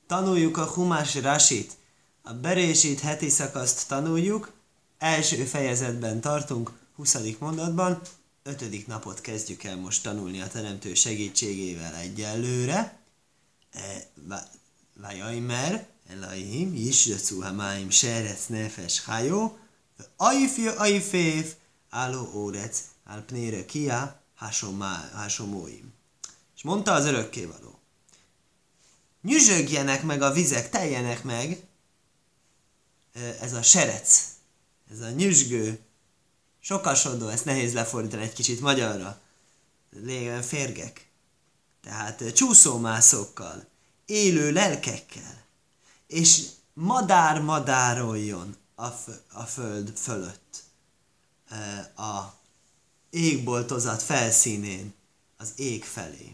Tanuljuk a Humás Rasit. A Berésít heti szakaszt tanuljuk. Első fejezetben tartunk, 20. mondatban. 5. napot kezdjük el most tanulni a Teremtő segítségével egyelőre. Vajajmer, Elohim, Yisracu Hamáim, Serec, Nefes, Hajó, Ajfév, Álló Órec, Alpnére Kia, Hasomóim. És mondta az örökkévaló: nyüzsögjenek meg a vizek, teljenek meg, ez a serec, ez a nyüzsgő, sokasodó, ezt nehéz lefordítani egy kicsit magyarra, lényegében férgek, tehát csúszómászókkal, élő lelkekkel, és madároljon a föld fölött, a égboltozat felszínén, az ég felé.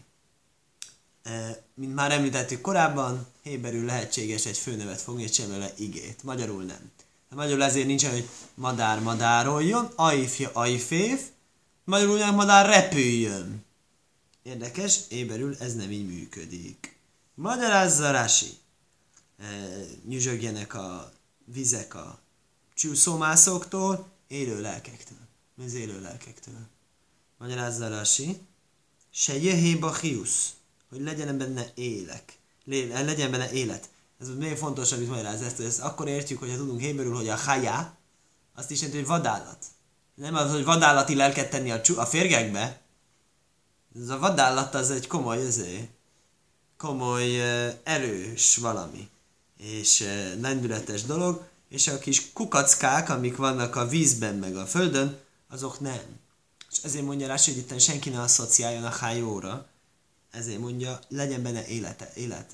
Mint már említettük korábban, héberül lehetséges egy főnevet fogni, és sem vele igét. Magyarul nem. De magyarul ezért nincs, hogy madároljon, ajfév, magyarul nem madár repüljön. Érdekes, héberül ez nem így működik. Magyarázza Rási. Nyüzsögjenek a vizek a csúszómászóktól, élő lelkektől. Az élő lelkektől. Magyarázza Rási. Se jöhéba hiusz, hogy legyen benne legyen benne élet. Ez még fontos, amit magyaráz ezt akkor értjük, hogyha tudunk héberül, hogy a hajá, azt is jelenti, hogy vadállat. Nem az, hogy vadállati lelket tenni a férgekbe. Ez a vadállat az egy komoly, erős valami. És lendületes dolog, és a kis kukackák, amik vannak a vízben meg a földön, azok nem. És ezért mondja Rási, hogy itt senki ne asszociáljon a hajóra, ezért mondja, legyen benne élet.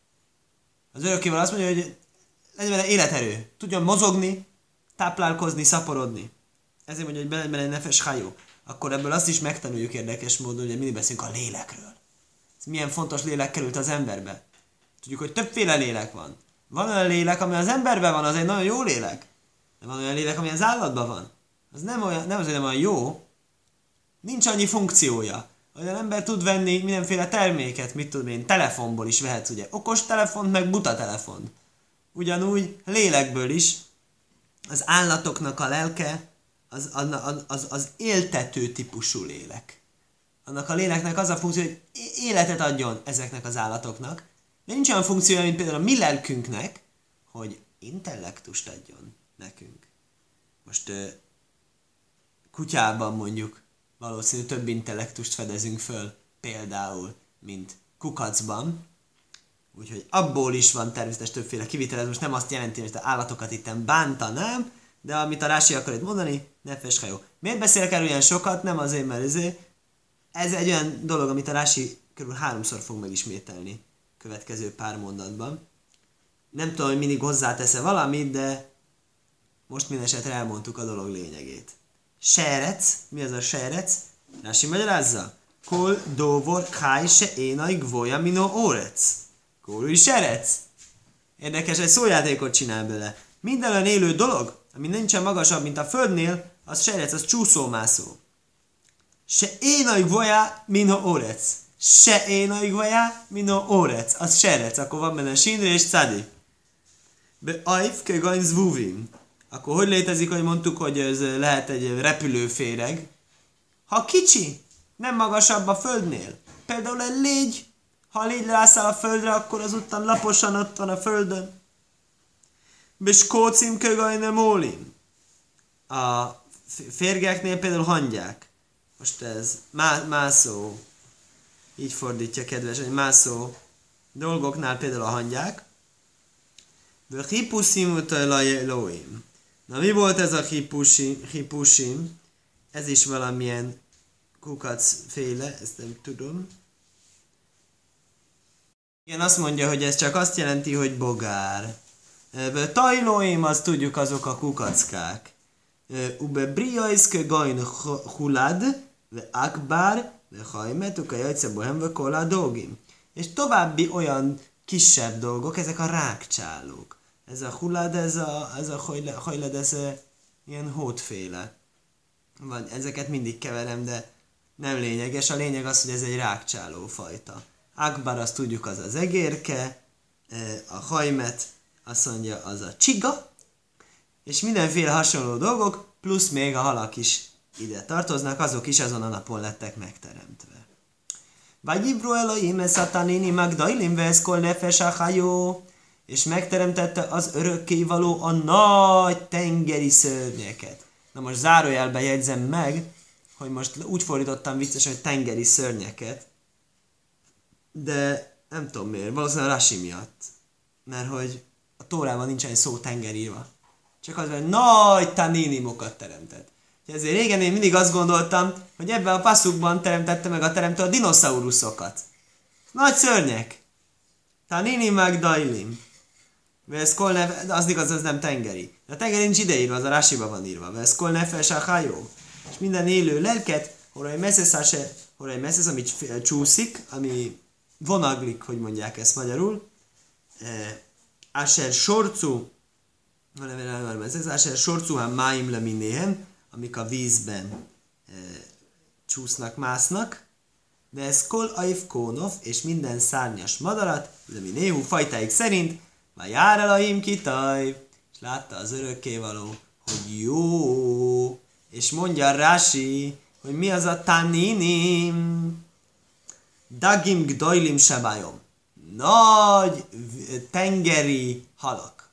Az örökkévaló azt mondja, hogy legyen benne életerő, tudjon mozogni, táplálkozni, szaporodni. Ezért mondja, hogy legyen benne nefes hajó. Akkor ebből azt is megtanuljuk érdekes módon, hogy mindig beszélünk a lélekről. Ez milyen fontos lélek került az emberbe. Tudjuk, hogy többféle lélek van. Van olyan lélek, ami az emberben van, az egy nagyon jó lélek. De van olyan lélek, ami az állatban van. Az nem olyan jó, nincs annyi funkciója. Olyan ember tud venni mindenféle terméket, mit tudom én, telefonból is vehetsz, ugye, okos telefont, meg buta telefont. Ugyanúgy lélekből is az állatoknak a lelke az éltető típusú lélek. Annak a léleknek az a funkció, hogy életet adjon ezeknek az állatoknak, de nincs olyan funkciója, mint például a mi lelkünknek, hogy intellektust adjon nekünk. Most kutyában mondjuk valószínűleg több intellektust fedezünk föl, például, mint kukacban. Úgyhogy abból is van természetesen többféle kivitel, ez most nem azt jelenti, hogy az állatokat itten bántanám, de amit a Rási akar itt mondani, nefes hajó. Miért beszélek erről ilyen sokat? Nem azért, mert ez egy olyan dolog, amit a Rási kb. 3-szor fog megismételni következő pár mondatban. Nem tudom, hogy mindig hozzátesz-e valamit, de most mindesetre elmondtuk a dolog lényegét. Serec, mi az a serec? Rási magyarázza. Kol dovor khai se énai gvoja mino órec. Kóri serec. Érdekes, egy szójátékot csinál bele. Minden olyan élő dolog, ami nincsen magasabb, mint a földnél, az serec, az csúszómászó. Se énai gvoja mino órec. Se énai gvoja mino órec. Az serec. Akkor van benne sinre és cadi. Be ajf kögain zvuvim. Akkor hogy létezik, hogy mondtuk, hogy ez lehet egy repülőféreg? Ha kicsi, nem magasabb a földnél. Például egy légy, ha a légy rászáll a földre, akkor azután laposan ott van a földön. Beskócim kögajne mólim. A férgeknél például hangyák. Most ez mászó, így fordítja kedves, hogy mászó dolgoknál például a hangyák. De hipuszim utalaj lóim. Na mi volt ez a hipusim? Ez is valamilyen kukacféle, ezt nem tudom. Igen, azt mondja, hogy ez csak azt jelenti, hogy bogár. Tajlóim, azt tudjuk, azok a kukackák. Ube briaiszke gajn hulad, ve akbár, ve hajmet, uka jajce bohem, ve kola dogim. És további olyan kisebb dolgok, ezek a rákcsálók. Ez a hulad, ez a hajlad, ez ilyen hótféle. Vagy ezeket mindig keverem, de nem lényeges. A lényeg az, hogy ez egy rákcsáló fajta. Akbar, azt tudjuk, az az egérke, a hajmet, azt mondja, az a csiga, és mindenféle hasonló dolgok, plusz még a halak is ide tartoznak, azok is azon a napon lettek megteremtve. Vajibro Elohim eszatanini magdailim veszkol nefes achajó, és megteremtette az örökkévaló a nagy tengeri szörnyeket. Na most zárójelbe jegyzem meg, hogy most úgy fordítottam viccesen, hogy tengeri szörnyeket, de nem tudom miért, valószínűleg a Rashi miatt. Mert hogy a Tórában nincsen szó tenger írva. Csak az, hogy nagy taninimokat teremtett. Ezért régen én mindig azt gondoltam, hogy ebben a passzukban teremtette meg a teremtő a dinoszauruszokat. Nagy szörnyek. Taninim meg dailim. Az igaz, az nem tengeri. De a tengeri nincs ideírva, az a Rashiba van írva. Veszkol nefes achajó. És minden élő lelket, horai messzesz, amit csúszik, ami vonaglik, hogy mondják ezt magyarul. Asher sorcu, Asher sorcu ha máim le minéhen, amik a vízben csúsznak, másznak. De ez kol aif kónov, és minden szárnyas madarat, le minéhu fajtáik szerint, már jár el a kitaj, és látta az örökkévaló, hogy jó, és mondja Rashi, hogy mi az a taninim, dagim gdojlim sabályom, nagy tengeri halak.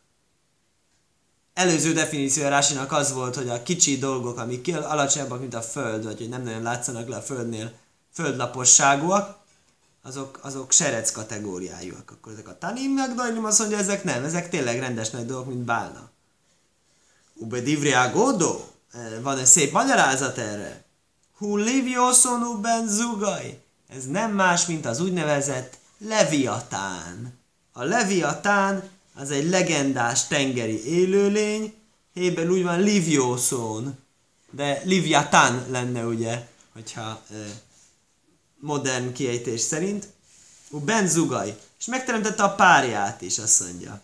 Előző definíció Rashinak az volt, hogy a kicsi dolgok, amik alacsonyabbak, mint a föld, vagy hogy nem nagyon látszanak le a földnél, földlaposságúak, azok serec kategóriájúak. Akkor ezek a tanim meg dajlim azt mondja, ezek nem, ezek tényleg rendes nagy dolgok, mint bálna. Ube divri agodo, van egy szép magyarázat erre. Hu livioson uben zugaj. Ez nem más, mint az úgynevezett leviatán. A leviatán az egy legendás tengeri élőlény, héber úgy van livioson, de liviatán lenne ugye, hogyha modern kiejtés szerint. Ben zugaj. És megteremtette a párját is, azt mondja.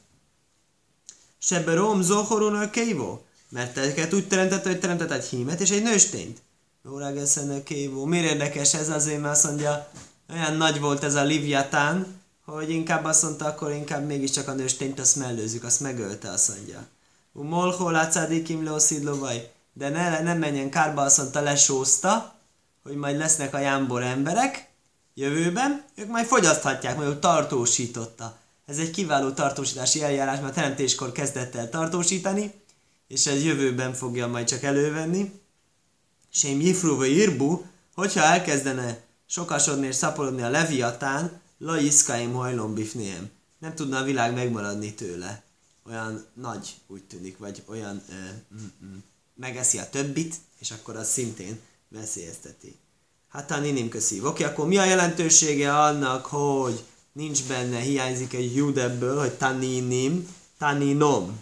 Seberom zohorun kévó. Mert ezeket úgy teremtette, hogy teremtett egy hímet és egy nőstényt. Jórágeszen kévó. Miért érdekes ez? Azért, mert azt mondja, olyan nagy volt ez a Liviatán, hogy inkább azt mondta, akkor inkább mégiscsak a nőstényt azt mellőzzük, azt megölte, azt mondja. Molhol látszádikim leoszidlovaj. De nem menjen kárba, azt mondta, lesózta, hogy majd lesznek a jámbor emberek jövőben, ők majd fogyaszthatják, majd ő tartósította. Ez egy kiváló tartósítási eljárás, mert a teremtéskor kezdett el tartósítani, és ez jövőben fogja majd csak elővenni. Sém jifru vagy irbu, hogyha elkezdene sokasodni és szaporodni a leviatán, la iszkáim hajlom bifnéhem. Nem tudna a világ megmaradni tőle. Olyan nagy, úgy tűnik, vagy olyan megeszi a többit, és akkor az szintén veszélyezteti. Hát a ninim köszív. Oké, akkor mi a jelentősége annak, hogy nincs benne, hiányzik egy jud ebből, hogy taninim, taninom.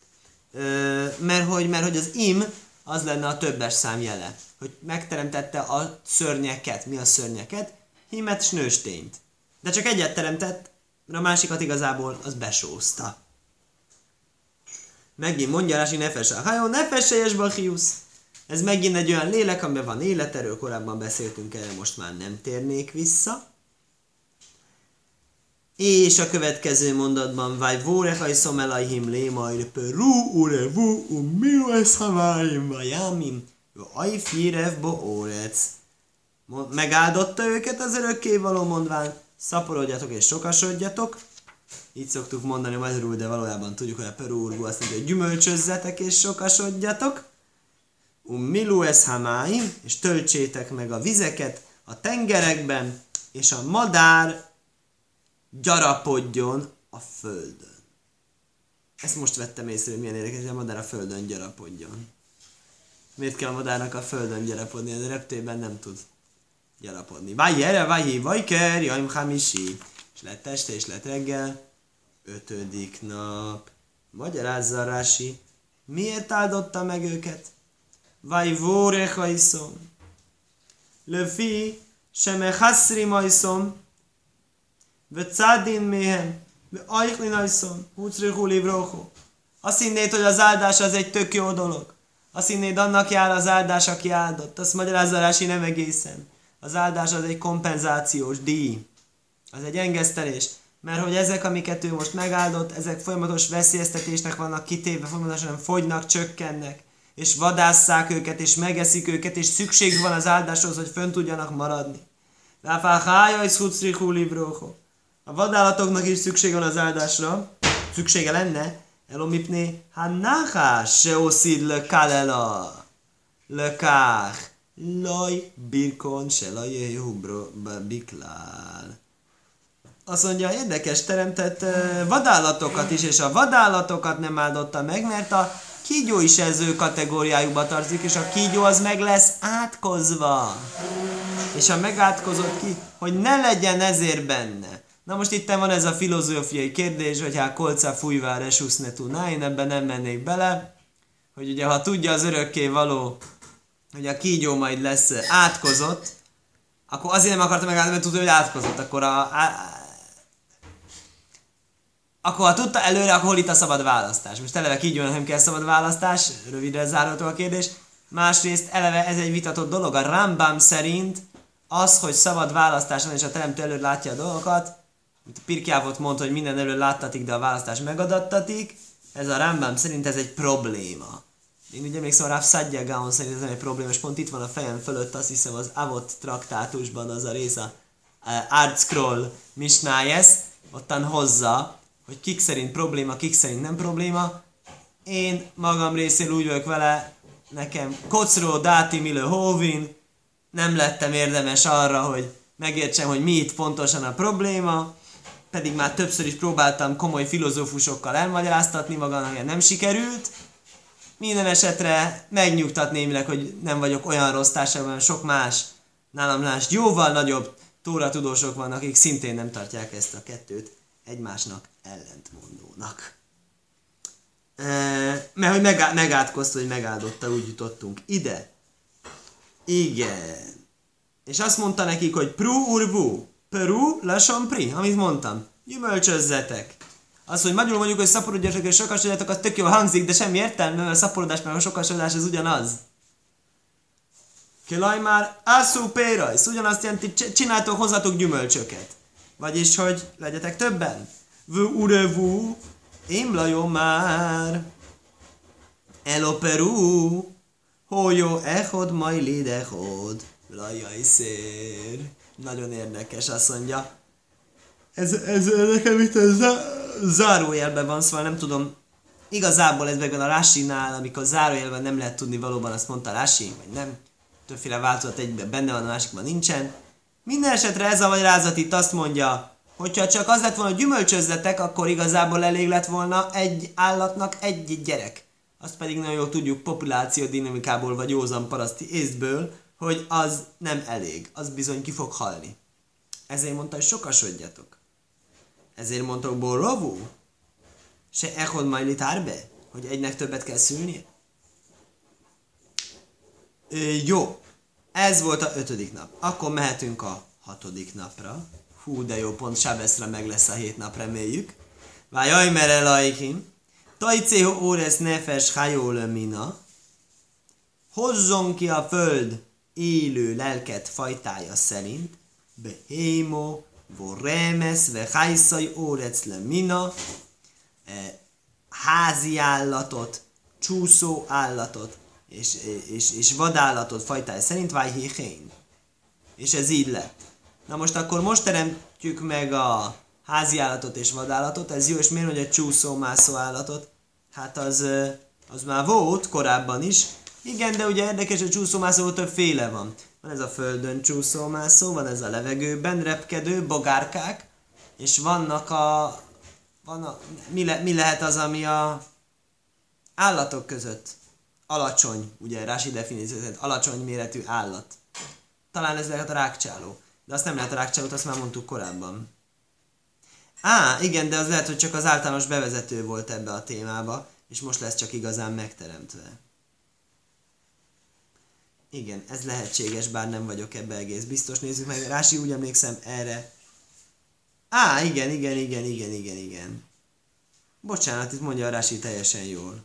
Mert hogy az im, az lenne a többes szám jele. Hogy megteremtette a szörnyeket. Mi a szörnyeket? Himet és nőstényt. De csak egyet teremtett, mert a másikat igazából az besózta. Megint mondja Rashi nefese. Hajó, nefese és bachiusz. Ez megint egy olyan lélek, amiben van életerő, korábban beszéltünk erre, most már nem térnék vissza. És a következő mondatban Vaj vórechaj szomelajhim lémajr peru urevu umiu eszaváim vajamim ajfirev bo órec. Megáldotta őket az örökkévaló mondván, szaporodjatok és sokasodjatok. Így szoktuk mondani magyarul, de valójában tudjuk, hogy a peru urgu azt mondja, hogy gyümölcsözzetek és sokasodjatok. Milu eszamáim, és töltsétek meg a vizeket a tengerekben, és a madár gyarapodjon a földön. Ezt most vettem észre, hogy milyen érdekes, hogy a madár a földön gyarapodjon. Miért kell a madárnak a földön gyarapodni? Ez a reptében nem tud gyarapodni. Váj erre, váj vajker, jaim hamisi. És lett este, és lett reggel. 5. nap. Magyarázza Rashi. Miért áldotta meg őket? Váj vórecha iszom. Löfi, seme haszri majszom. Vecádin méhen, ajklin ajszom, hucrihul livróhó. Azt hinnéd, hogy az áldás az egy tök jó dolog. Azt hinnéd, annak jár az áldás, aki áldott. Azt magyarázza Rashi nem egészen. Az áldás az egy kompenzációs díj. Az egy engesztelés. mert hogy ezek, amiket ő most megáldott, ezek folyamatos veszélyeztetésnek vannak kitéve, folyamatosan fogynak, csökkennek, és vadásszák őket, és megeszik őket, és szükség van az áldáshoz, hogy fönn tudjanak maradni. A vadállatoknak is szüksége van az áldásra, szüksége lenne, elomipné, hannachás se oszid le kalela, le kách, laj birkon se lajéjú biklál. Azt mondja, érdekes, teremtett vadállatokat is, és a vadállatokat nem áldotta meg, mert a kígyó is ez ő kategóriájukba tartozik, és a kígyó az meg lesz átkozva. És a megátkozott ki, hogy ne legyen ezért benne. Na most itt van ez a filozófiai kérdés, hogy hát kolca fújvá resuszne tudná, én ebben nem mennék bele, hogy ugye ha tudja az örökké való, hogy a kígyó majd lesz átkozott, akkor azért nem akarta megállni, mert tudja, hogy átkozott, akkor ha tudta előre, akkor hol itt a szabad választás? Most eleve kígyónak nem kell szabad választás, rövidre zárható a kérdés. Másrészt eleve ez egy vitatott dolog. A Rambam szerint az, hogy szabad választás van, és a teremtő előre látja a dolgokat, mint a Pirkjávot mondta, hogy minden előre láttatik, de a választás megadattatik, ez a Rambam szerint ez egy probléma. Én ugye emlékszem, a Rav Szadja Gaon szerint ez nem egy probléma, és pont itt van a fejem fölött, azt hiszem az Avot traktátusban az a rész, a Art Scroll Mishnayes, ottan hozza, hogy kik szerint probléma, kik szerint nem probléma. Én magam részéről úgy vagyok vele, nekem kocró, dáti, milő, hóvin, nem lettem érdemes arra, hogy megértsem, hogy mi itt pontosan a probléma, pedig már többször is próbáltam komoly filozófusokkal elmagyaráztatni magamnak, nem sikerült. Minden esetre megnyugtat némileg, hogy nem vagyok olyan rossz társadalomban, sok más, nálam más jóval nagyobb tóratudósok vannak, akik szintén nem tartják ezt a kettőt egymásnak ellentmondónak. Mert hogy megátkozta, hogy megáldotta, úgy jutottunk ide. Igen. És azt mondta nekik, hogy pru urvu, peru lassan pri, amit mondtam. Gyümölcsözzetek. Az, hogy magyarul mondjuk, hogy szaporodjatok és sokasodjatok, az tök jól hangzik, de semmi értelme, mert a szaporodás meg a sokasodás az ugyanaz. Kilaj már ászú pérajsz, ugyanazt jelenti, csináltok, hozzatok gyümölcsöket. Vagyis, hogy legyetek többen. Vő urevu, imlajó már. Eloperu, hójó echod, majlid echod. Lajjaj szér. Nagyon érdekes, azt mondja. Ez nekem itt zárójelben van, szóval nem tudom. Igazából ezekben a Rashi-nál, amikor zárójelben nem lehet tudni valóban, azt mondta Rashi, vagy nem. Többféle változat egyben benne van, a másikban nincsen. Minden esetre ez a magyarázat itt azt mondja, hogyha csak az lett volna, hogy gyümölcsözzetek, akkor igazából elég lett volna egy állatnak egy gyerek. Azt pedig nagyon jól tudjuk populáció dinamikából vagy józan paraszti észből, hogy az nem elég, az bizony ki fog halni. Ezért mondta, hogy sokasodjatok. Ezért mondta, hogy borovú, se echod majlit árbe, hogy egynek többet kell szülnie. Jó, ez volt a 5. nap. Akkor mehetünk a 6. napra. Hú, de jó, pont Sábeszre meg lesz a 7 nap, reméljük. Vájaj mere lajkim. Tajcého óresz nefes hajól mina. Hozzon ki a föld élő lelket fajtája szerint. Behémo, voremes, ve hajszaj órec le mina. Házi állatot, csúszó állatot, és vadállatot fajtája szerint vájhéhén. És ez így lett. Na most teremtjük meg a házi állatot és vadállatot, ez jó, és miért mondja csúszó-mászó állatot? Hát az már volt korábban is. Igen, de ugye érdekes, hogy csúszó-mászó többféle van. Van ez a földön csúszó-mászó, van ez a levegőben repkedő bogárkák, és mi lehet az, ami a állatok között alacsony, ugye Rási definíció szerint alacsony méretű állat. Talán ez lehet a rákcsáló. De azt nem lehet a rákcsálót, azt már mondtuk korábban. Igen, de az lehet, hogy csak az általános bevezető volt ebbe a témába, és most lesz csak igazán megteremtve. Igen, ez lehetséges, bár nem vagyok ebbe egész biztos. Nézzük meg, Rási, úgy emlékszem erre. Igen. Bocsánat, itt mondja a Rási teljesen jól.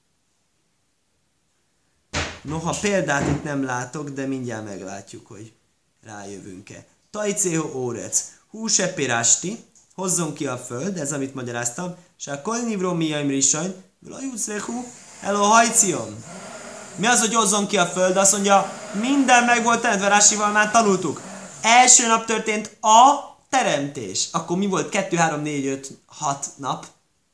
Noha példát itt nem látok, de mindjárt meglátjuk, hogy rájövünk-e. Tajcého órec, húsepirásti, hozzon ki a föld, ez amit magyaráztam, és a kolnivró miaim risajn, vlajucrehu, hello hajcion. Mi az, hogy hozzon ki a föld? Azt mondja, minden meg volt teremtve, Rásival már tanultuk. Első nap történt a teremtés. Akkor mi volt? 2, 3, 4, 5, 6 nap.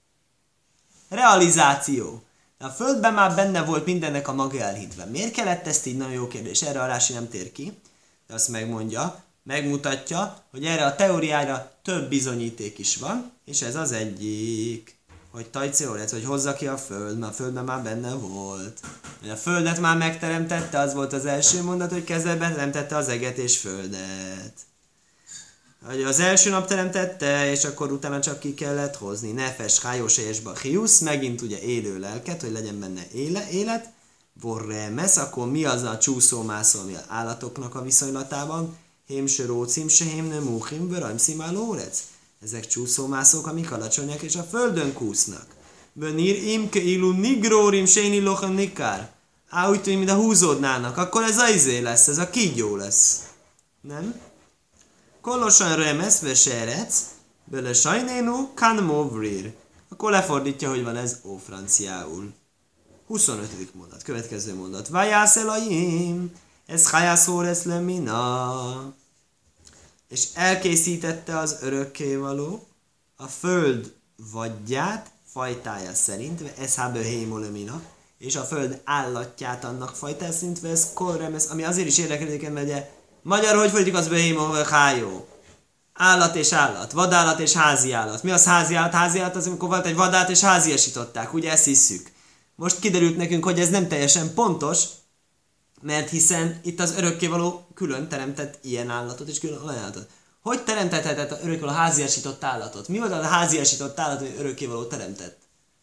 Realizáció. A földben már benne volt mindennek a maga elhitve. Miért kellett ezt így? Nagyon jó kérdés. Erre a Rási nem tér ki. De azt megmondja, megmutatja, hogy erre a teóriára több bizonyíték is van, és ez az egyik, hogy tajceolec, hogy hozza ki a föld, mert a földben már benne volt. A földet már megteremtette, az volt az első mondat, hogy kezdetben teremtette az eget és földet. Hogy az első nap teremtette, és akkor utána csak ki kellett hozni. Nefes, hájós, és bachiusz, megint ugye élő lelket, hogy legyen benne élet. Vorremes, akkor mi az a csúszómászó, ami az állatoknak a viszonylatában? Hémse rócim, se hémne múhim, vörajm szimálórec. Ezek csúszómászók, amik alacsonyak és a földön kúsznak. Bönír imke ilu nigrórim, séni lohan nikár. Úgy tűnik, mint a húzódnának. Akkor ez az izé lesz, ez a kígyó lesz. Nem? Kolosan remes veserec, bele sajnénu kan movrir. Akkor lefordítja, hogy van ez ófranciául. 25. mondat, következő mondat. Vajász elaim, ez hajászóresz lemina. És elkészítette az örökkévaló a föld vadját, fajtája szerint, ez háböhémolemina, és a föld állatját annak fajtája szerint, ez korremes, ami azért is érdekel, mert ugye magyar, hogy fordítjuk az behémo, hájó? Állat és állat, vadállat és házi állat. Mi az házi állat? Házi állat az, amikor volt egy vadát és háziasították, ugye ezt hisszük. Most kiderült nekünk, hogy ez nem teljesen pontos, mert hiszen itt az örökkévaló külön teremtett ilyen állatot és külön olyan állatot. Hogy teremtethetett az örökkévaló háziasított állatot? Mi volt az a háziasított állat, hogy örökkévaló teremtett?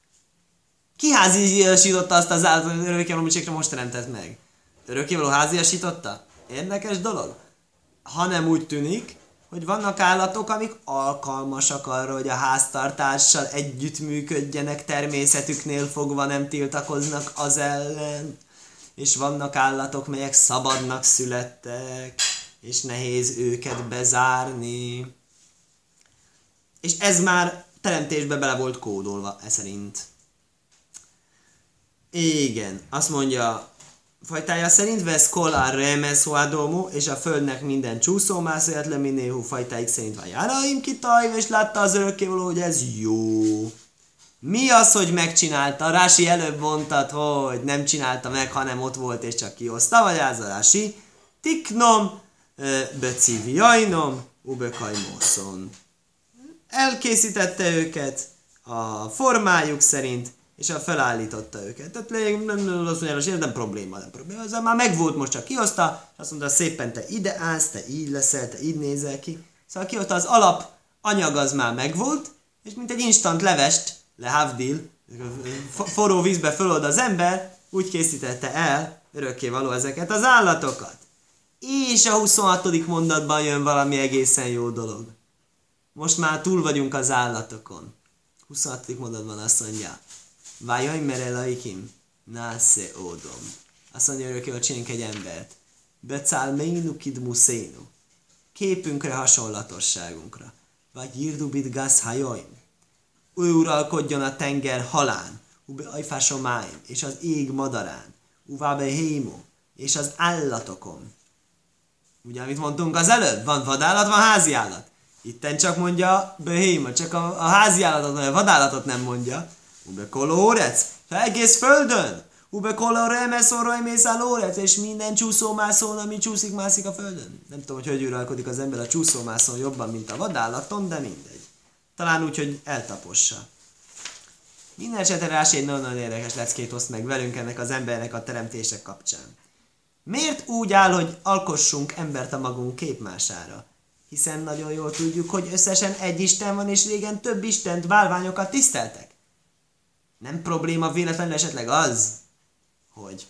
Ki háziasította azt az állatot, hogy örökkévaló most teremtett meg? Örökkévaló háziasította? Érdekes dolog. Hanem úgy tűnik, hogy vannak állatok, amik alkalmasak arra, hogy a háztartással együttműködjenek, természetüknél fogva nem tiltakoznak az ellen. És vannak állatok, melyek szabadnak születtek, és nehéz őket bezárni. És ez már teremtésbe bele volt kódolva, e szerint. Igen, azt mondja, fajtája szerint vesz kolár remeszoadomu, és a földnek minden csúszómászóját leminéhu fajtáik szerint van járaim kitajv, és látta az örökkévaló, hogy ez jó. Mi az, hogy megcsinálta? Rási előbb mondtad, hogy nem csinálta meg, hanem ott volt és csak kihozta, vagy az a Rási? Tiknom, becivjajnom, ubekajmoszon. Elkészítette őket a formájuk szerint, és felállította őket. Tehát nem az mondja, hogy nem probléma, nem probléma. Ez már megvolt, most csak kihozta, és azt mondta, szépen te ide állsz, te így leszel, te így nézel ki. Szóval kihozta az alap anyag az már megvolt, és mint egy instant levest, lehavdil, forró vízbe fölold az ember, úgy készítette el örökkévaló ezeket az állatokat. És a 26. mondatban jön valami egészen jó dolog. Most már túl vagyunk az állatokon. 26. mondatban azt mondja, Vájaj merelaikim, násze ódom. Azt mondja örökkévaló, csináljunk egy embert. Becálmeinu kidmuszénu. Képünkre, hasonlatosságunkra. Vagy jirdubit gáz hajoim. Ő uralkodjon a tenger halán, ube ajfásomáim, és az ég madarán, uvábe hémo, és az állatokon. Ugye, amit mondtunk az előbb, van vadállat, van háziállat. Itten csak mondja behéma, csak a háziállatot, vagy a vadállatot nem mondja. Ube kolórec, egész földön. Ube kolóremes orraj mészálórec, és minden csúszómászón, ami csúszik-mászik a földön. Nem tudom, hogy uralkodik az ember a csúszómászón jobban, mint a vadállaton, de mindegy. Talán úgy, hogy eltapossa. Minden esetre Rási egy nagyon érdekes leckét oszt meg velünk ennek az embernek a teremtések kapcsán. Miért úgy áll, hogy alkossunk embert a magunk képmására? Hiszen nagyon jól tudjuk, hogy összesen egy Isten van, és régen több Istent, bálványokat tiszteltek. Nem probléma véletlenül esetleg az, hogy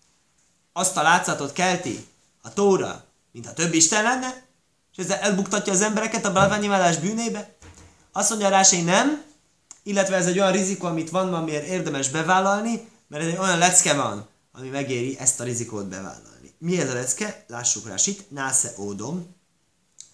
azt a látszatot kelti a Tóra, mintha több Isten lenne, és ezzel elbuktatja az embereket a bálványimádás bűnébe? Azt mondja Rási, nem, illetve ez egy olyan rizikó, amit van, amiért érdemes bevállalni, mert ez egy olyan lecke van, ami megéri ezt a rizikót bevállalni. Mi ez a lecke? Lássuk Rásit. Násze ódom.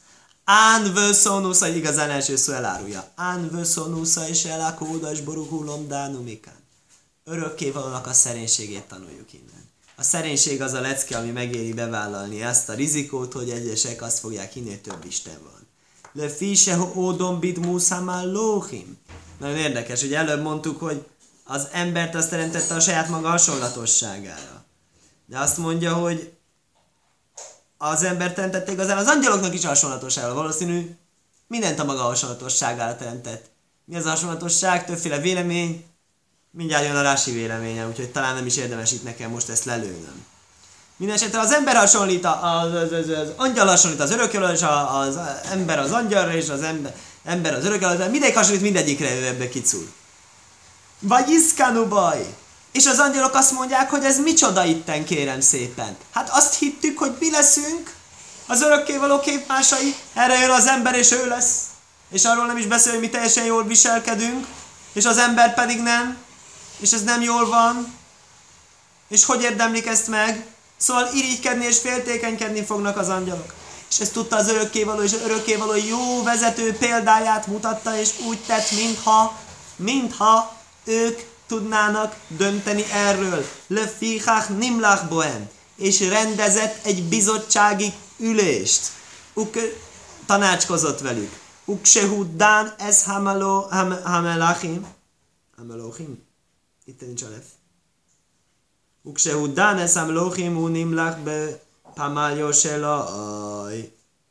Án vőszónusza, igazán első szó elárulja. Án vőszónusza és elakódas borúhulom dánumikán. Örökkévalónak a szerénységét tanuljuk innen. A szerénység az a lecke, ami megéri bevállalni ezt a rizikót, hogy egyesek azt fogják hinni, hogy több Isten van. Le fise ódom bid muszámál lóhim. Nagyon érdekes, hogy előbb mondtuk, hogy az embert azt teremtette a saját maga hasonlatosságára. De azt mondja, hogy az embert teremtette igazán az angyaloknak is hasonlatosságára. Valószínű mindent a maga hasonlatosságára teremtett. Mi az a hasonlatosság? Többféle vélemény. Mindjárt jön a Rási véleménye, úgyhogy talán nem is érdemes itt nekem most ezt lelőnöm. Mindenesetre az ember hasonlít, az angyal hasonlít az örökkévalóra, és az ember az angyalra, és az ember az örökkévalóra, mindegyik hasonlít mindegyikre, ő ebbe kicul. Vagy iszkánu baj! És az angyalok azt mondják, hogy ez micsoda itten, kérem szépen. Hát azt hittük, hogy mi leszünk az örökkévaló képmásai, erre jön az ember, és ő lesz. És arról nem is beszél, hogy mi teljesen jól viselkedünk, és az ember pedig nem, és ez nem jól van. És hogy érdemlik ezt meg? Szóval irigykedni és féltékenykedni fognak az angyalok. És ezt tudta az örökkévaló, és az örökkévaló jó vezető példáját mutatta, és úgy tett, mintha ők tudnának dönteni erről. Le fichach nimlach bohem. És rendezett egy bizottsági ülést. Tanácskozott velük. Uksehudán ez hamelachim. Hamelochim? Itt nincs a lef. Uksehudán ez hamelochim unimlach be pamaljo selaj.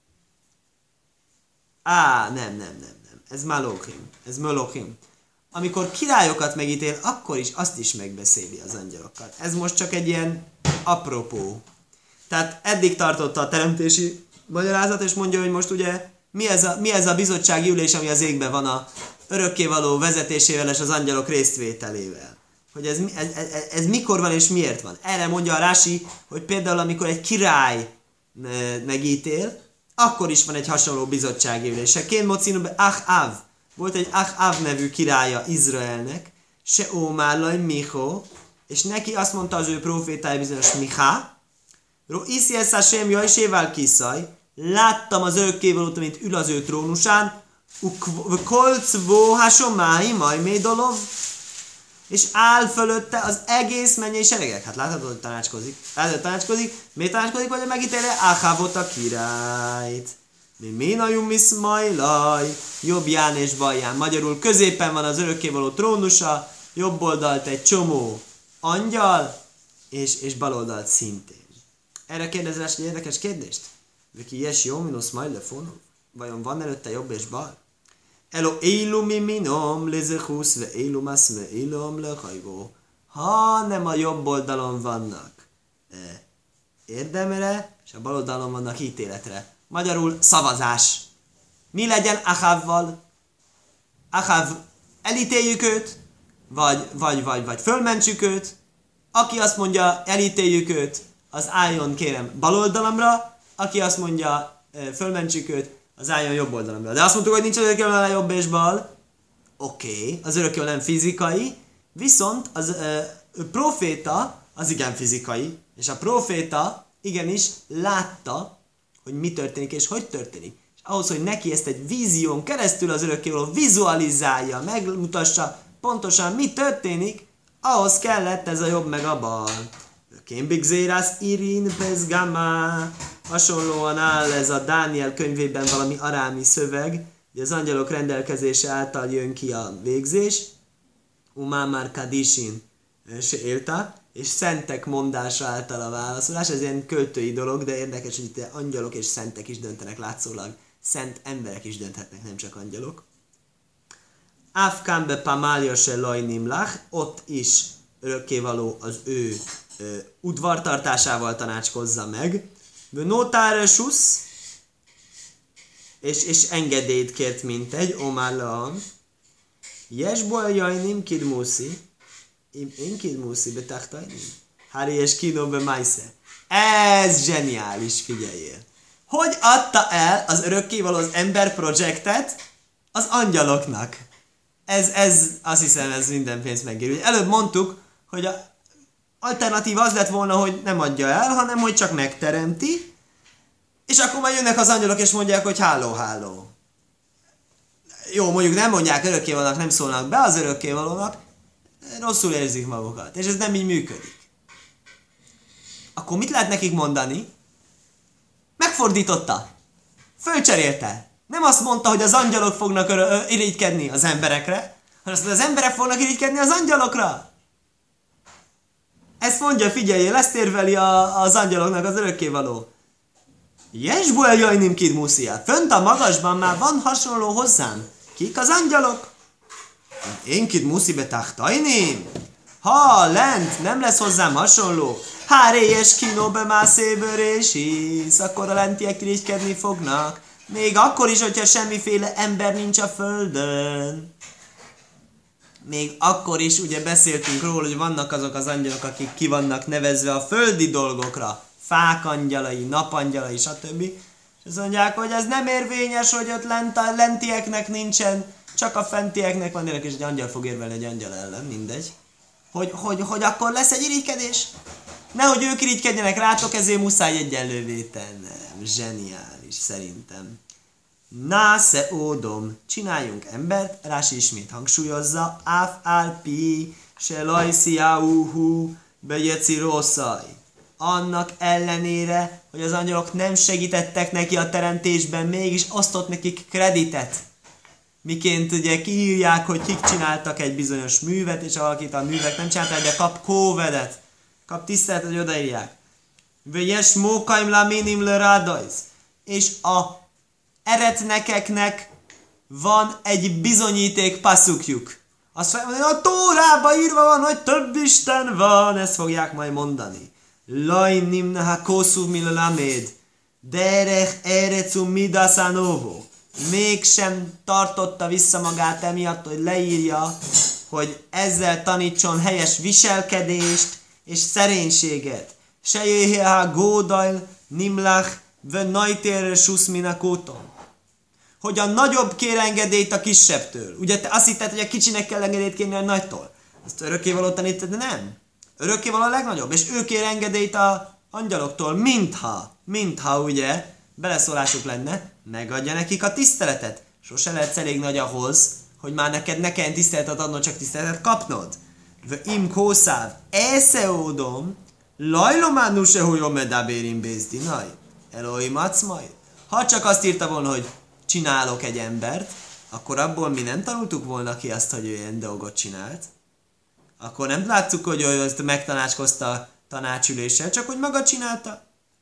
Nem. Ez malochim. Ez molochim. Amikor királyokat megítél, akkor is azt is megbeszéli az angyalokat. Ez most csak egy ilyen apropó. Tehát eddig tartotta a teremtési magyarázat, és mondja, hogy most ugye mi ez a bizottsági ülés, ami az égben van a örökkévaló vezetésével és az angyalok résztvételével. Hogy ez mikor van és miért van. Erre mondja a Rási, hogy például amikor egy király megítél, akkor is van egy hasonló bizottsági ülés. Kén mocinu Ach-Av. Volt egy Ach-Av nevű királya Izraelnek, se ómárlaj Micho, és neki azt mondta az ő profétája bizonyos Micha, Iszi esz Hashem jajsével kiszaj, láttam az örökkévalót, mint ül az ő trónusán, kolcvó hasomáhi majmédolov, és áll fölötte az egész mennyei seregek. Hát láthatod, hogy tanácskozik. Miért tanácskozik, vagy megítélje Achavot a királyt? Mi minajum iszmajlaj, jobbján és balján. Magyarul középen van az örökkévaló trónusa, jobb oldalt egy csomó angyal, és bal oldalt szintén. Erre kérdezel egy érdekes kérdést? Viki yes jó minusz majd lefonov? Vajon van előtte jobb és bal? Elo élu mi minom lezechusz ve élu maszme élom lehajgó. Ha nem a jobb oldalon vannak érdemre, és a bal oldalon vannak ítéletre. Magyarul szavazás. Mi legyen Achavval? Achav, elítéljük őt, vagy fölmentsük őt. Aki azt mondja, elítéljük őt, az álljon, kérem, bal oldalamra. Aki azt mondja, fölmentsük őt, az álljon jobb oldalamra. De azt mondtuk, hogy nincs az örökkévalónál jobb és bal. Oké, az örökkévaló nem fizikai, viszont az proféta az igen fizikai, és a proféta igenis látta, hogy mi történik és hogy történik. És ahhoz, hogy neki ezt egy vízión keresztül az örökkévaló vizualizálja, megmutassa pontosan mi történik, ahhoz kellett ez a jobb meg a bal. Kémbik zérász irin bezgamá. Hasonlóan áll ez a Dániel könyvében valami arámi szöveg, hogy az angyalok rendelkezése által jön ki a végzés. Umámár kadishin se élta, és szentek mondása által a válaszolás. Ez ilyen költői dolog, de érdekes, hogy itt angyalok és szentek is döntenek látszólag. Szent emberek is dönthetnek, nem csak angyalok. Afkán be pamália se lajnimlach, ott is örökkévaló az ő udvartartásával tanácskozza meg. Notáresusz, és engedélyt kért mintegy, omárlaan. Jesbol jajnim kidmuszi, én kidmuszi betachtajnim. Hári és kino be majsze. Ez zseniális, figyeljél. Hogy adta el az örökkévaló az ember projektet az angyaloknak? Ez azt hiszem, ez minden pénzt megér. Előbb mondtuk, hogy alternatív az lett volna, hogy nem adja el, hanem hogy csak megteremti, És akkor majd jönnek az angyalok, és mondják, hogy háló, háló. Jó, mondjuk nem mondják örökkévalónak, nem szólnak be az örökkévalónak, rosszul érzik magukat. És ez nem így működik. Akkor mit lehet nekik mondani? Megfordította. Fölcserélte. Nem azt mondta, hogy az angyalok fognak irigykedni az emberekre, hanem azt mondta, az emberek fognak irigykedni az angyalokra. Ezt mondja, figyeljél, ezt érveli az angyaloknak az örökkévaló. Jesbú eljajnim kid muszia. Fönt a magasban már van hasonló hozzám. Kik az angyalok? Én kid muszi betachtajnim? Ha lent nem lesz hozzám hasonló, háréjes kinóbe mászéből és hisz, akkor a lentiek irigykedni fognak. Még akkor is, hogyha semmiféle ember nincs a földön. Még akkor is ugye beszéltünk róla, hogy vannak azok az angyalok, akik ki vannak nevezve a földi dolgokra. Fák angyalai, napangyalai, stb. És azt mondják, hogy ez nem érvényes, hogy ott lentieknek nincsen, csak a fentieknek van, és egy angyal fog érvelni egy angyal ellen, mindegy. Hogy akkor lesz egy irigykedés? Nehogy ők irigykedjenek rátok, ezért muszáj egyenlővé tennem. Zseniális, szerintem. Násze ódom, csináljunk embert, Rási ismét hangsúlyozza, áf álpi, se lajsziáúhú, bejeci rosszaj. Annak ellenére, hogy az angyalok nem segítettek neki a teremtésben, mégis osztott nekik kreditet. Miként ugye kiírják, hogy kik csináltak egy bizonyos művet, és valakit a művek nem csinálták, de kap kóvedet, kap tiszteletet, hogy odaírják. Vegyes mókaim laminim le rádajz. És a eretnekeknek van egy bizonyíték passzukjuk. Azt mondja, hogy a Tórában írva van, hogy több Isten van, ezt fogják majd mondani. Lajnim neha kószuv milalaméd, derech erecu midaszanovo. Mégsem tartotta vissza magát emiatt, hogy leírja, hogy ezzel tanítson helyes viselkedést és szerénységet. Sejéhe gódajl nimlach ve najtérre suszminakóton. Hogy a nagyobb kér engedélyt a kisebbtől. Ugye te azt hitted, hogy a kicsinek kell engedélyt kérni a nagytól. Azt örökkévaló tanítod, de nem. Örökkévaló a legnagyobb, és ő kér engedélyt a angyaloktól, mintha ugye, beleszólásuk lenne, megadja nekik a tiszteletet. Sose lehetsz elég nagy ahhoz, hogy már neked ne kelljen tiszteletet adnod, csak tiszteletet kapnod. Ve im kószáv, eszeódom, lajlománú se hújó medabérim bézdinaj. Elohim acmaj. Ha csak azt írta volna, hogy csinálok egy embert, akkor abból mi nem tanultuk volna ki azt, hogy ő ilyen dolgot csinált. Akkor nem láttuk, hogy ő ezt megtanácskozta tanácsüléssel, csak hogy maga csinálta.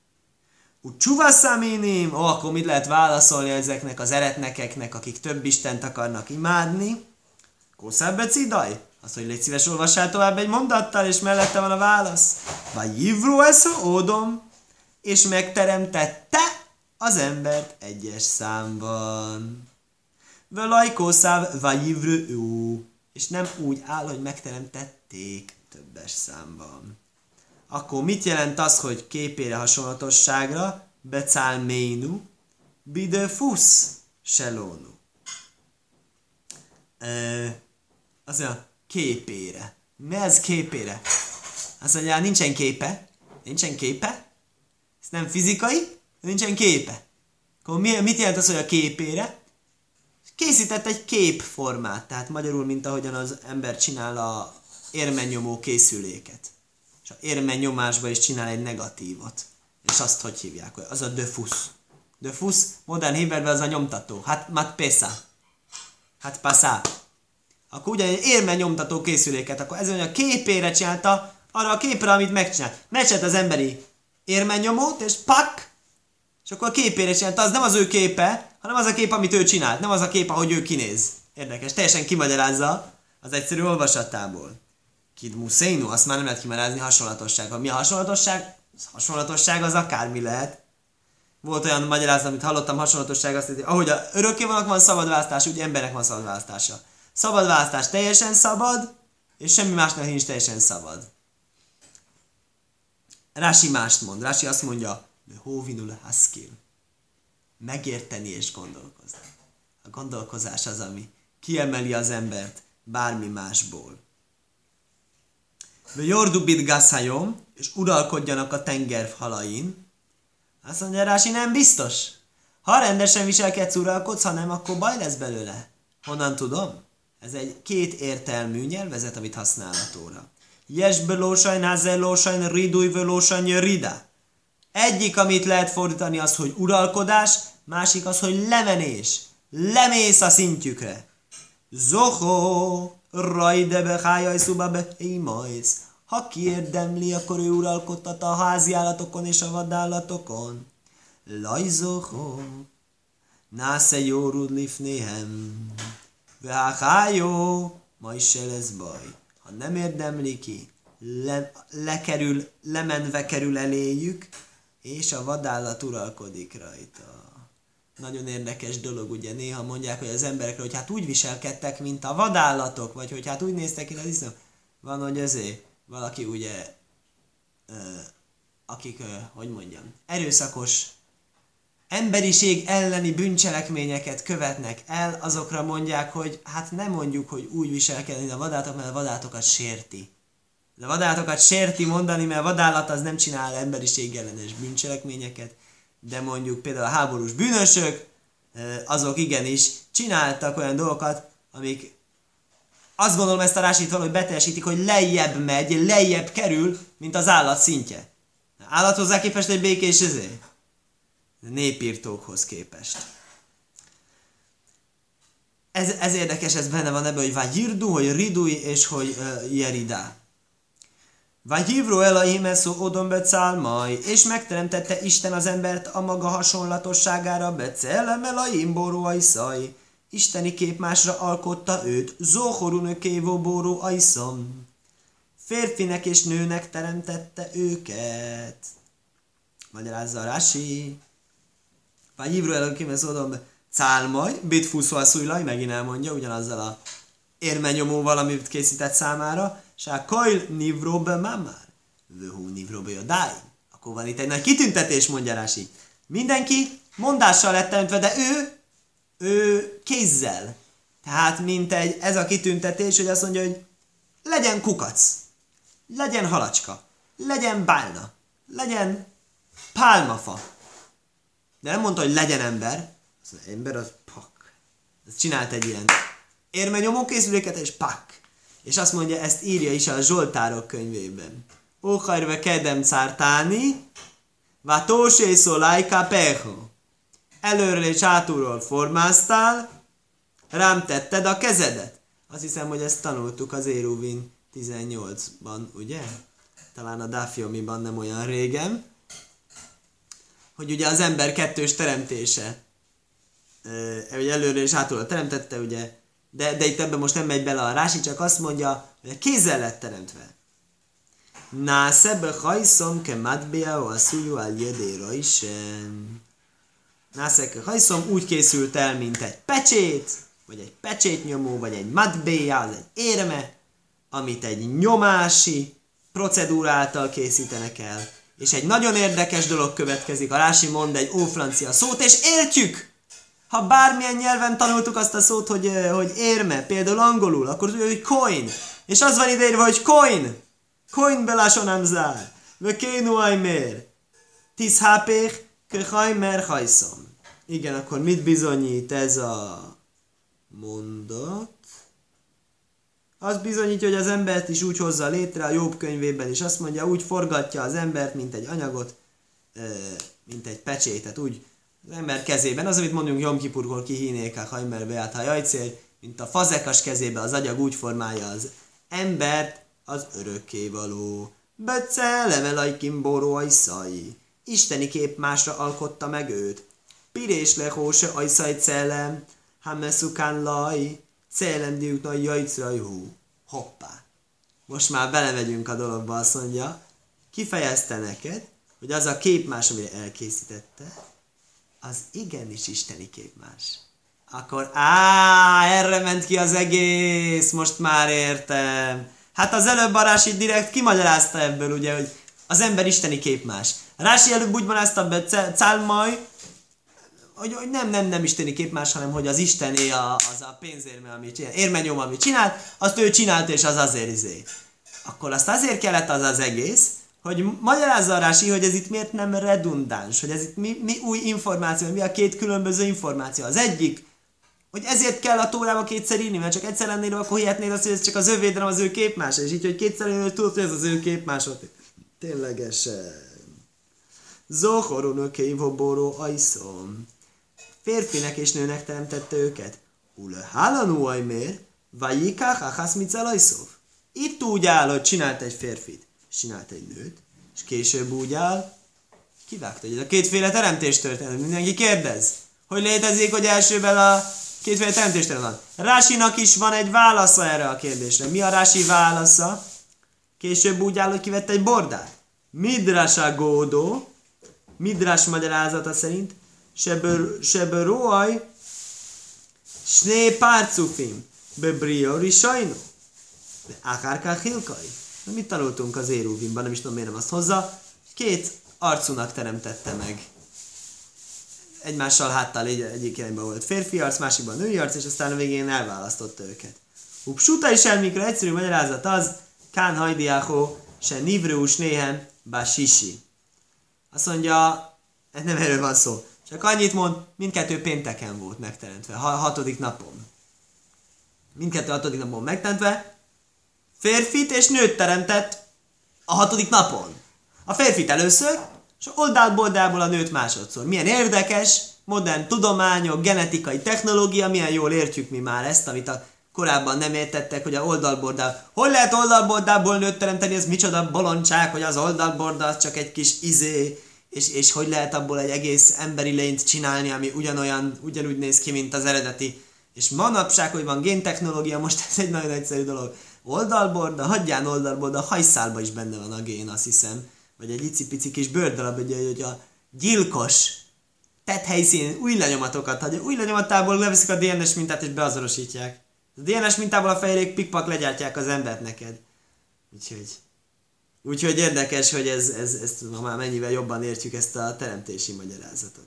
Csuvaszaminim, akkor mit lehet válaszolni ezeknek az eretnekeknek, akik több Istent akarnak imádni? Kószábbe cidaj? Azt, hogy légy szíves, olvassál tovább egy mondattal, és mellette van a válasz. Vagy jivru eszó ódom, és megteremtette az embert egyes számban. Velaj kószáv vagy jivru és nem úgy áll, hogy megteremtették többes számban. Akkor mit jelent az, hogy képére hasonlatosságra? Becál ménu, bide fusz selónu. Az a képére. Mi ez képére? Azt mondja, nincsen képe. Nincsen képe? Ez nem fizikai, nincsen képe. Akkor mit jelent az, hogy a képére? Készített egy képformát, tehát magyarul, mint ahogyan az ember csinál a érmennyomó készüléket. És a érmennyomásba is csinál egy negatívot. És azt hogy hívják? Az a döfusz. Döfusz, modern héberben az a nyomtató. Hát matpesa. Hát passá. Akkor ugyan egy érmennyomtató készüléket, akkor ez a képére csinálta, arra a képre, amit megcsinált. Megcsinált az emberi érmennyomót, és pak! És akkor a képére csinálta, az nem az ő képe, hanem az a kép, amit ő csinált. Nem az a kép, ahogy ő kinéz. Érdekes, teljesen kimagyarázza az egyszerű olvasatából. Kid muszénu, azt már nem lehet kimagyarázni hasonlatossággal. Mi a hasonlatosság? Hasonlatosság az akármi lehet. Volt olyan magyarázat, amit hallottam, hasonlatosság azt, hogy ahogy a örökkévalónak van szabad választás, úgy embernek van szabad választása. Szabad választás teljesen szabad, és semmi másnak nincs teljesen szabad. Rási mást mond. Rási azt mondja, hóvinul haszkil. Megérteni és gondolkozni. A gondolkozás az, ami kiemeli az embert bármi másból. Jordubit gaszhajom, és uralkodjanak a tenger halain. Azt mondja Rási, nem biztos. Ha rendesen viselkedsz, uralkodsz, ha nem, akkor baj lesz belőle. Honnan tudom? Ez egy két értelmű nyelvezet, amit használ a Tóra. Jesbe lósajn, hazel lósajn, ridújve lósajn, rida. Egyik, amit lehet fordítani, az, hogy uralkodás, másik az, hogy lemenés. Lemész a szintjükre. Zoho, rajdebe hájaj szubabe émajsz. Ha kiérdemli, akkor ő uralkodtat a háziállatokon és a vadállatokon. Lajzoho, násze jórud lifnéhem. Veháhájó, ma is se lesz baj. Ha nem érdemli ki, lemenve kerül eléjük, és a vadállat uralkodik rajta. Nagyon érdekes dolog, ugye néha mondják, hogy az emberekre, hogy hát úgy viselkedtek, mint a vadállatok, vagy hogy hát úgy néztek ki az iszlám. Van, hogy azért valaki ugye, akik, hogy mondjam, erőszakos, emberiség elleni bűncselekményeket követnek el, azokra mondják, hogy hát nem mondjuk, hogy úgy viselkedni a vadállatok, mert a vadállatokat sérti. De a vadállatokat sérti mondani, mert a vadállat az nem csinál emberiség ellenes bűncselekményeket, de mondjuk például a háborús bűnösök, azok igenis csináltak olyan dolgokat, amik azt gondolom ezt a Rásit valahogy beteljesítik, hogy lejjebb megy, lejjebb kerül, mint az állat szintje. Állathozzá képest egy békés népírtókhoz képest. Ez érdekes, ez benne van ebben, hogy vágyirdu, hogy ridúj és hogy jeridá. Vágyivro Elohim eszó odon becálmaj, és megteremtette Isten az embert a maga hasonlatosságára becelem Elohim boró ajszaj. Isteni képmásra alkotta őt, zohorunökévó boró ajszom. Férfinek és nőnek teremtette őket. Magyarázza a Rási. Vágyivro Elohim eszó odon becálmaj, bitfuszóaszújlaj, megint elmondja ugyanazzal a érmenyomóval, amit készített számára. Sá kajl nivróbe mamár. Vöhú nivróbe jodáj. Akkor van itt egy nagy kitüntetés, mondja Rási. Mindenki mondással lett teremtve, de ő kézzel. Tehát ez a kitüntetés, hogy azt mondja, hogy legyen kukac, legyen halacska, legyen bálna, legyen pálmafa. De nem mondta, hogy legyen ember. Az ember az pak. Ez csinált egy ilyen érmenyomó készüléket, és pak. És azt mondja, ezt írja is a Zsoltárok könyvében. Óhajrve kedem cártáni, vá tósé szolájká peho. Előről és hátulról formáztál, rám tetted a kezedet. Azt hiszem, hogy ezt tanultuk az Éruvin 18-ban, ugye? Talán a Dafyomiban nem olyan régen. Hogy ugye az ember kettős teremtése. Hogy előről és hátulról teremtette, ugye? De itt ebben most nem megy bele a Rási, csak azt mondja, hogy a kézzel lett teremtve. Nászebe hajszom ke madbea a szújú al jedéra isen. Nászebe hajszom úgy készült el, mint egy pecsét, vagy egy pecsétnyomó, vagy egy madbea, az egy érme, amit egy nyomási procedúráltal készítenek el. És egy nagyon érdekes dolog következik. A Rási mond egy ófrancia szót, és értjük! Ha bármilyen nyelven tanultuk azt a szót, hogy érme, például angolul, akkor tudjuk, hogy coin. És az van ideírva, hogy coin. Coin belásonám zár. Vökénu ajmér. 10 HP-k, köhajmer hajszom. Igen, akkor mit bizonyít ez a mondat? Az bizonyítja, hogy az embert is úgy hozza létre, a Jobb könyvében is azt mondja, úgy forgatja az embert, mint egy anyagot, mint egy pecsétet, úgy az ember kezében, az, amit mondjuk Jom Kipurkor kihínék a hajmer beát hajajcél, mint a fazekas kezébe az agyag úgy formálja az embert, az örökkévaló. Becelem boró ajszai. Isteni képmásra alkotta meg őt. Pirés lehóse ajszaj celem, hameszukán laj, celem diuk nagy jajcrajhú. Hoppá! Most már belemegyünk a dologba, azt mondja, kifejezte neked, hogy az a képmás, amire elkészítette, az igenis isteni képmás. Akkor, erre ment ki az egész, most már értem. Hát az előbb a Rási direkt kimagyarázta ebből, ugye, hogy az ember isteni képmás. A Rási előbb úgy magyarázta be Cálmaj, hogy nem isteni képmás, hanem hogy az istené az a pénzérme, amit csinál, érmenyom, amit csinált, azt ő csinált, és az azért Akkor azt azért kellett az egész, hogy magyarázza a Rási, hogy ez itt miért nem redundáns, hogy ez itt mi új információ, mi a két különböző információ. Az egyik, hogy ezért kell a Tórába kétszer írni, mert csak egyszer lennél, akkor hihetnéd azt, hogy ez csak az övéd, nem az ő képmása, és így, hogy kétszer lennél, tudod, hogy ez az ő képmása. Ténylegesen. Zohorun kévobóró ajszom. Férfinek és nőnek teremtette őket. Ule hálanú ajmér, vajikák achasz micel ajszov. Itt úgy áll, hogy csinált egy férfit, és csinált egy nőt, és később úgy áll, kivágta, hogy ez a kétféle teremtés történet. Mindenki kérdez, hogy létezik, hogy elsőben a kétféle teremtés történet van. Rásinak is van egy válasza erre a kérdésre. Mi a Rási válasza? Később úgy áll, hogy kivette egy bordát. Midrasa gódó, Midrás magyarázata szerint, Seből róaj, sné párcufim, bebriori sajnó, akárká hilkai. Mit tanultunk az Éruvimban, nem is tudom, miért nem azt hozza. Két arcúnak teremtette meg. Egymással háttal egyik irányban volt férfi arc, másikban női arc, és aztán a végén elválasztotta őket. Upsuta is elmikra egyszerű magyarázat az, kán hajdiáhó, se nivrőus néhem, bá sisi. Azt mondja, nem erről van szó. Csak annyit mond, mindkettő pénteken volt megteremtve, hatodik napon. Mindkettő hatodik napon megteremtve, férfit és nőt teremtett a hatodik napon. A férfit először, és oldalból a nőt másodszor. Milyen érdekes, modern tudományok, genetikai technológia, milyen jól értjük mi már ezt, amit a korábban nem értettek, hogy a oldalbordából. Hogy lehet oldalbordából nőt teremteni, ez micsoda bolondság, hogy az oldalborda az csak egy kis és hogy lehet abból egy egész emberi lényt csinálni, ami ugyanúgy néz ki, mint az eredeti. És manapság, hogy van géntechnológia, most ez egy nagyon egyszerű dolog. Oldalborda, hagyján oldalborda, a hajszálba is benne van a gén, azt hiszem. Vagy egy icipici kis bőrdarab, hogy a gyilkos tetthelyszínén új lenyomatokat hagyja. Új lenyomatából leveszik a DNS mintát és beazonosítják. A DNS mintából a fejlék pikpak legyártják az embert neked. Úgyhogy érdekes, hogy ezt ma már mennyivel jobban értjük ezt a teremtési magyarázatot.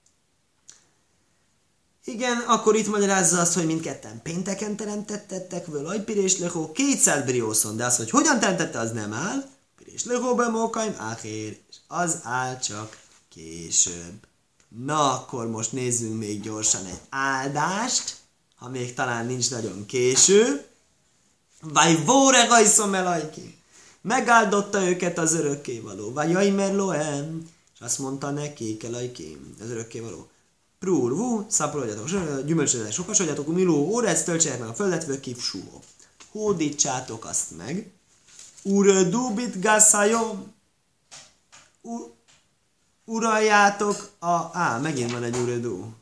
Igen, akkor itt magyarázza azt, hogy mindketten pénteken teremtettek, völaj pirés lehó 200 briószon, de az, hogy hogyan teremtette, az nem áll. Pirés lehó bemókaim áhér, és az áll csak később. Na, akkor most nézzünk még gyorsan egy áldást, ha még talán nincs nagyon késő. Vaj vóre gajszom elajki. Megáldotta őket az örökkévaló. Vaj jajmer loem. És azt mondta nekik, elajkém, az örökkévaló. Prúrvú, szaporodjatok, gyümölcsödjetek, sokasodjatok, umiló, órec, töltsétek meg a földet, vökiv súhó. Hódítsátok azt meg. Dubit gászajom. Uraljátok megint van egy uredú.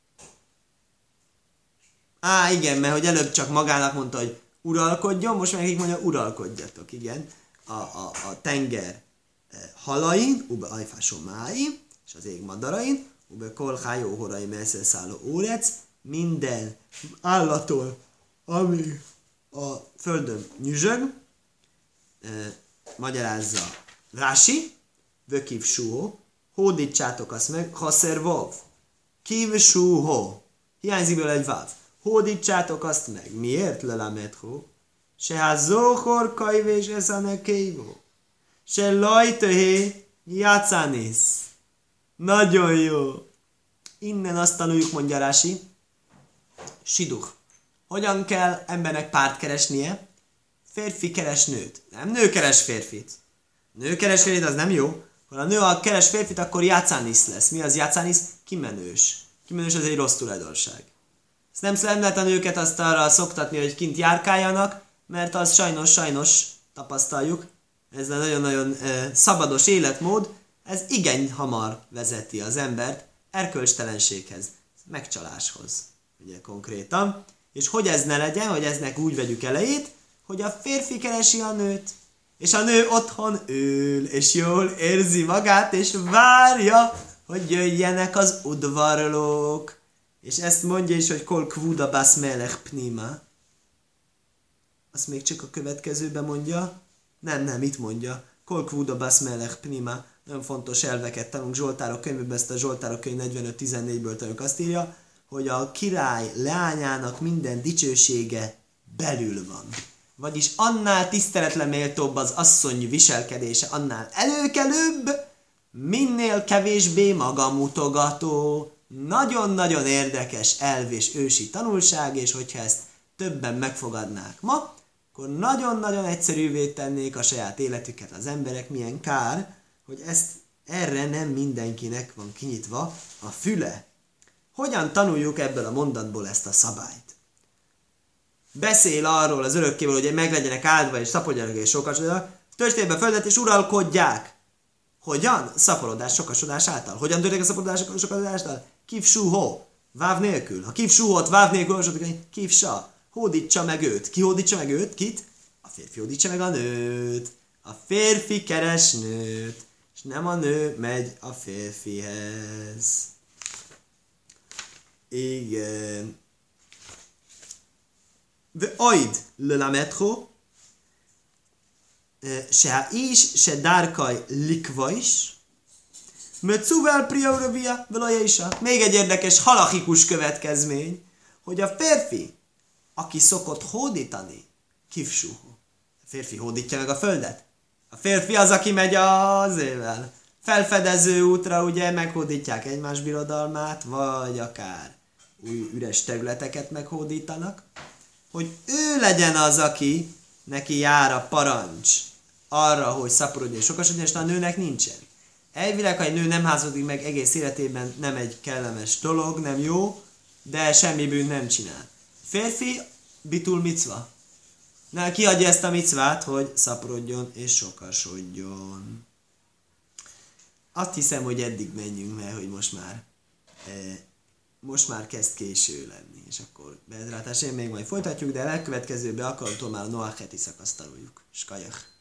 Igen, mert hogy előbb csak magának mondta, hogy uralkodjon, most meg mondja, uralkodjatok, igen. A tenger halain, ube ajfásomái, és az ég madarain, ube kolhájó horai messzeszáló órec, minden állattól, ami a földön nyüzsög, magyarázza Rási, vökiv súhó, hódítsátok azt meg, haszer vav, kiv súhó, hiányzik belőle egy váv, hódítsátok azt meg. Miért? Lelametho. Se ha zohor kajvés ez a nekévó. Se lajtöhé játszánész. Nagyon jó. Innen azt tanuljuk, mondja Rási. Siduch. Hogyan kell embernek párt keresnie? Férfi keres nőt. Nem nő keres férfit. Nő keres férfit, az nem jó. Ha a nő keres férfit, akkor játszánisz lesz. Mi az játszánisz? Kimenős. Kimenős az egy rossz tulajdonság. Ezt nem lehet a nőket azt arra szoktatni, hogy kint járkáljanak, mert az sajnos tapasztaljuk, ez a nagyon-nagyon szabados életmód, ez igen hamar vezeti az embert erkölcstelenséghez, megcsaláshoz, ugye konkrétan. És hogy ez ne legyen, hogy eznek úgy vegyük elejét, hogy a férfi keresi a nőt, és a nő otthon ül, és jól érzi magát, és várja, hogy jöjjenek az udvarlók. És ezt mondja is, hogy kol kvuda bas melech pnima. Azt még csak a következőben mondja. Nem, itt mondja. Kol kvuda bas melech pnima. Nagyon fontos elveket tanulunk Zsoltárok könyvében, ezt a Zsoltárok könyv 45-14-ből tanuljuk. Azt írja, hogy a király leányának minden dicsősége belül van. vagyis annál tiszteletleméltóbb az asszony viselkedése, annál előkelőbb, minél kevésbé magamutogató. Nagyon-nagyon érdekes elv és ősi tanulság, és hogyha ezt többen megfogadnák ma, akkor nagyon-nagyon egyszerűvé tennék a saját életüket az emberek. Milyen kár, hogy erre nem mindenkinek van kinyitva a füle. Hogyan tanuljuk ebből a mondatból ezt a szabályt? Beszél arról az örökkévaló, hogy meglegyenek áldva és szaporodjanak és sokasodjanak, töltsék be a földet és uralkodják. Hogyan? Szaporodás, sokasodás által. Hogyan történik a szaporodás, sokasodás által? Kivsúhó, váv nélkül. Ha kivsúhót, váv nélkül, kivsa, hódítsa meg őt. Ki hódítsa meg őt? Kit? A férfi hódítsa meg a nőt. A férfi keres nőt, és nem a nő megy a férfihez. Igen. ואויד ללמדכו שהאיש שדרכי likvais מצווה פרי ורבייה ולא יאישה. Még egy érdekes halachikus következmény, hogy a férfi, aki szokott hódítani, kivsúhó. A férfi hódítja meg a földet. A férfi az, aki megy az ével. Felfedező útra ugye meghódítják egymás birodalmát, vagy akár új üres területeket meghódítanak, hogy ő legyen az, aki neki jár a parancs arra, hogy szaporodjon és sokasodjon, és a nőnek nincsen. Elvileg, ha egy nő nem házasodik meg egész életében, nem egy kellemes dolog, nem jó, de semmi bűn nem csinál. Férfi, bitul micva. Kiadja ezt a micvát, hogy szaporodjon és sokasodjon. Azt hiszem, hogy eddig menjünk, mert hogy most már kezd késő lenni, és akkor Bezrát Hashem még majd folytatjuk, de a legkövetkezőben alkalomtól már a Noach heti szakaszt tanuljuk. Skajach!